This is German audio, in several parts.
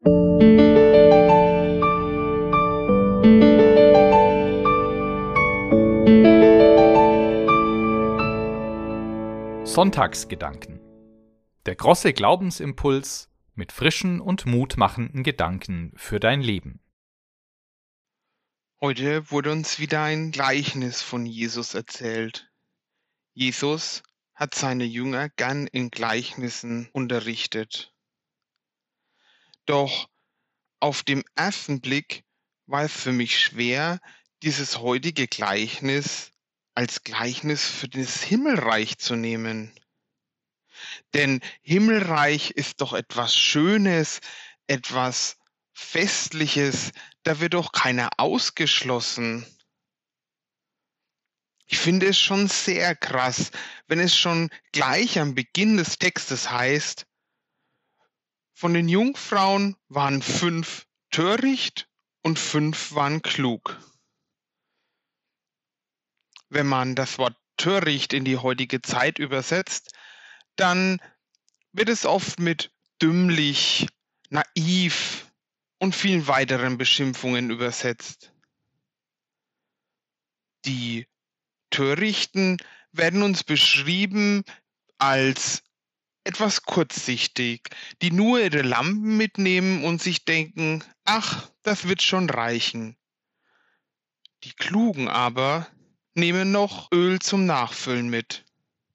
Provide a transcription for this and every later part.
Sonntagsgedanken. Der große Glaubensimpuls mit frischen und mutmachenden Gedanken für dein Leben. Heute wurde uns wieder ein Gleichnis von Jesus erzählt. Jesus hat seine Jünger gern in Gleichnissen unterrichtet. Doch auf dem ersten Blick war es für mich schwer, dieses heutige Gleichnis als Gleichnis für das Himmelreich zu nehmen. Denn Himmelreich ist doch etwas Schönes, etwas Festliches, da wird doch keiner ausgeschlossen. Ich finde es schon sehr krass, wenn es schon gleich am Beginn des Textes heißt, von den Jungfrauen waren 5 töricht und 5 waren klug. Wenn man das Wort töricht in die heutige Zeit übersetzt, dann wird es oft mit dümmlich, naiv und vielen weiteren Beschimpfungen übersetzt. Die Törichten werden uns beschrieben als etwas kurzsichtig, die nur ihre Lampen mitnehmen und sich denken, ach, das wird schon reichen. Die Klugen aber nehmen noch Öl zum Nachfüllen mit.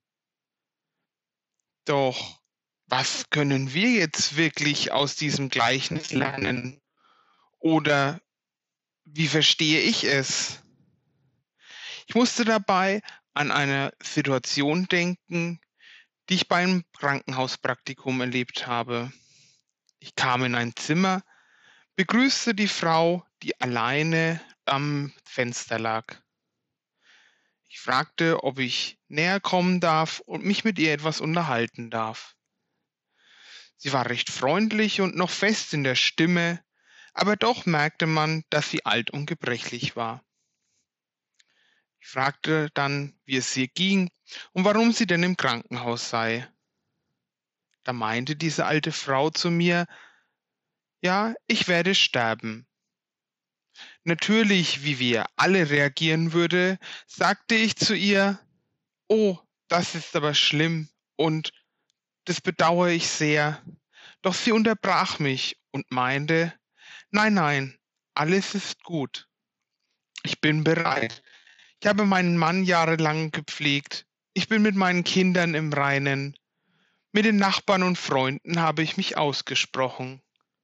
Doch was können wir jetzt wirklich aus diesem Gleichnis lernen? Oder wie verstehe ich es? Ich musste dabei an eine Situation denken, die ich beim Krankenhauspraktikum erlebt habe. Ich kam in ein Zimmer, begrüßte die Frau, die alleine am Fenster lag. Ich fragte, ob ich näher kommen darf und mich mit ihr etwas unterhalten darf. Sie war recht freundlich und noch fest in der Stimme, aber doch merkte man, dass sie alt und gebrechlich war. Ich fragte dann, wie es ihr ging und warum sie denn im Krankenhaus sei. Da meinte diese alte Frau zu mir, ja, ich werde sterben. Natürlich, wie wir alle reagieren würde, sagte ich zu ihr, oh, das ist aber schlimm und das bedauere ich sehr. Doch sie unterbrach mich und meinte, nein, nein, alles ist gut. Ich bin bereit. Ich habe meinen Mann jahrelang gepflegt. Ich bin mit meinen Kindern im Reinen. Mit den Nachbarn und Freunden habe ich mich ausgesprochen.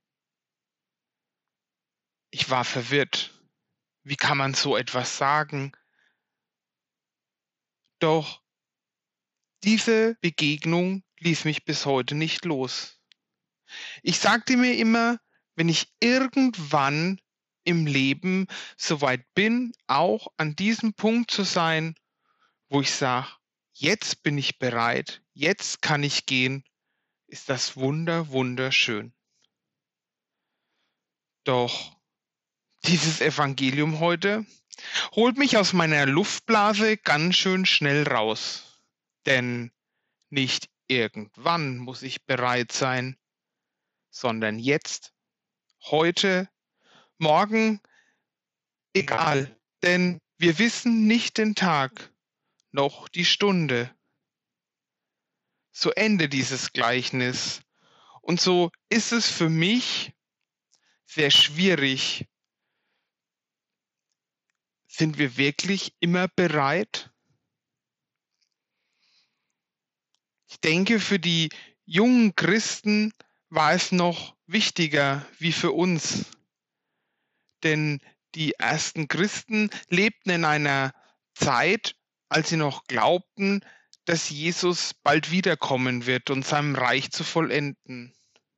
Ich war verwirrt. Wie kann man so etwas sagen? Doch diese Begegnung ließ mich bis heute nicht los. Ich sagte mir immer, wenn ich irgendwann im Leben so weit bin, auch an diesem Punkt zu sein, wo ich sage, jetzt bin ich bereit, jetzt kann ich gehen, ist das wunderschön. Doch dieses Evangelium heute holt mich aus meiner Luftblase ganz schön schnell raus. Denn nicht irgendwann muss ich bereit sein, sondern jetzt, heute, morgen, egal. Denn wir wissen nicht den Tag, noch die Stunde. So endet dieses Gleichnis. Und so ist es für mich sehr schwierig. Sind wir wirklich immer bereit? Ich denke, für die jungen Christen war es noch wichtiger wie für uns. Denn die ersten Christen lebten in einer Zeit, als sie noch glaubten, dass Jesus bald wiederkommen wird und sein Reich zu vollenden.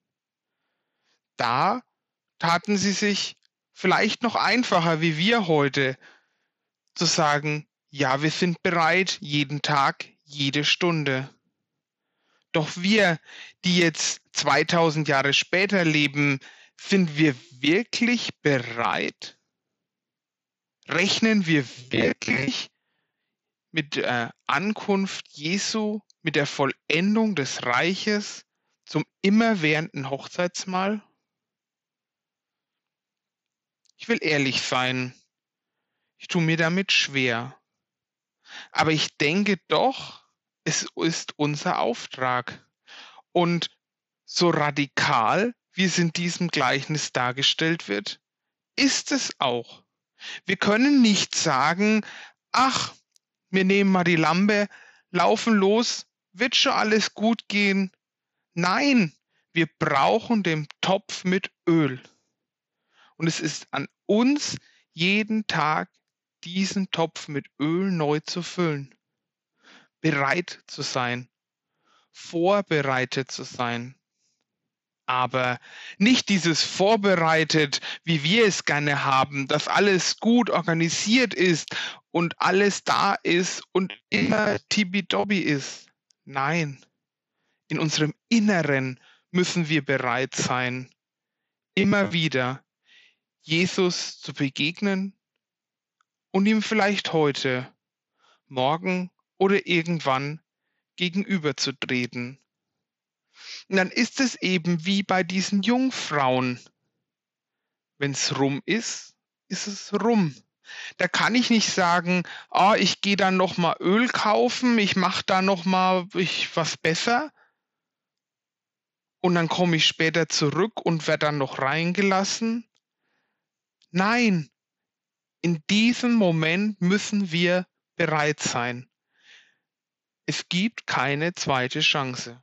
Da taten sie sich vielleicht noch einfacher wie wir heute, zu sagen, ja, wir sind bereit, jeden Tag, jede Stunde. Doch wir, die jetzt 2000 Jahre später leben, sind wir wirklich bereit? Rechnen wir wirklich mit der Ankunft Jesu, mit der Vollendung des Reiches zum immerwährenden Hochzeitsmahl? Ich will ehrlich sein, ich tue mir damit schwer. Aber ich denke doch, es ist unser Auftrag. Und so radikal, wie es in diesem Gleichnis dargestellt wird, ist es auch. Wir können nicht sagen, ach, wir nehmen mal die Lampe, laufen los, wird schon alles gut gehen. Nein, wir brauchen den Topf mit Öl. Und es ist an uns, jeden Tag diesen Topf mit Öl neu zu füllen. Bereit zu sein, vorbereitet zu sein. Aber nicht dieses vorbereitet, wie wir es gerne haben, dass alles gut organisiert ist und alles da ist und immer tippitoppi ist. Nein, in unserem Inneren müssen wir bereit sein, immer wieder Jesus zu begegnen und ihm vielleicht heute, morgen oder irgendwann gegenüberzutreten. Und dann ist es eben wie bei diesen Jungfrauen. Wenn es rum ist, ist es rum. Da kann ich nicht sagen, ich gehe dann noch mal Öl kaufen, ich mache da noch mal was besser und dann komme ich später zurück und werde dann noch reingelassen. Nein, in diesem Moment müssen wir bereit sein. Es gibt keine zweite Chance.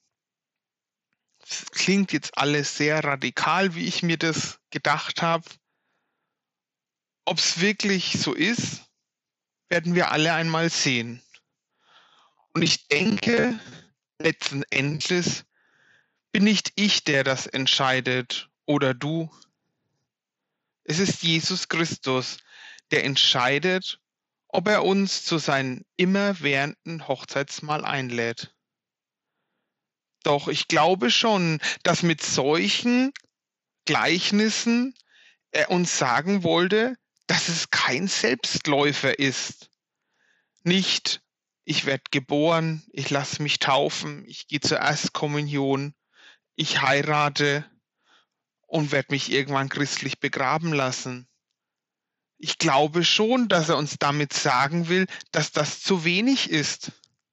Es klingt jetzt alles sehr radikal, wie ich mir das gedacht habe. Ob es wirklich so ist, werden wir alle einmal sehen. Und ich denke, letzten Endes bin nicht ich, der das entscheidet oder du. Es ist Jesus Christus, der entscheidet, ob er uns zu seinem immerwährenden Hochzeitsmahl einlädt. Doch ich glaube schon, dass mit solchen Gleichnissen er uns sagen wollte, dass es kein Selbstläufer ist. Nicht, ich werde geboren, ich lasse mich taufen, ich gehe zur Erstkommunion, ich heirate und werde mich irgendwann christlich begraben lassen. Ich glaube schon, dass er uns damit sagen will, dass das zu wenig ist.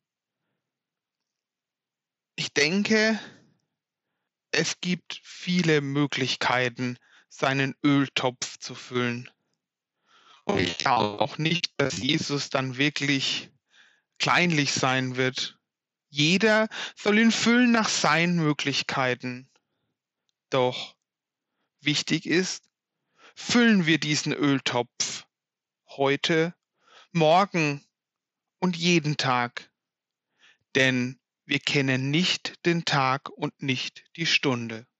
Ich denke, es gibt viele Möglichkeiten, seinen Öltopf zu füllen. Und ich glaube auch nicht, dass Jesus dann wirklich kleinlich sein wird. Jeder soll ihn füllen nach seinen Möglichkeiten. Doch wichtig ist, füllen wir diesen Öltopf heute, morgen und jeden Tag. Denn wir kennen nicht den Tag und nicht die Stunde.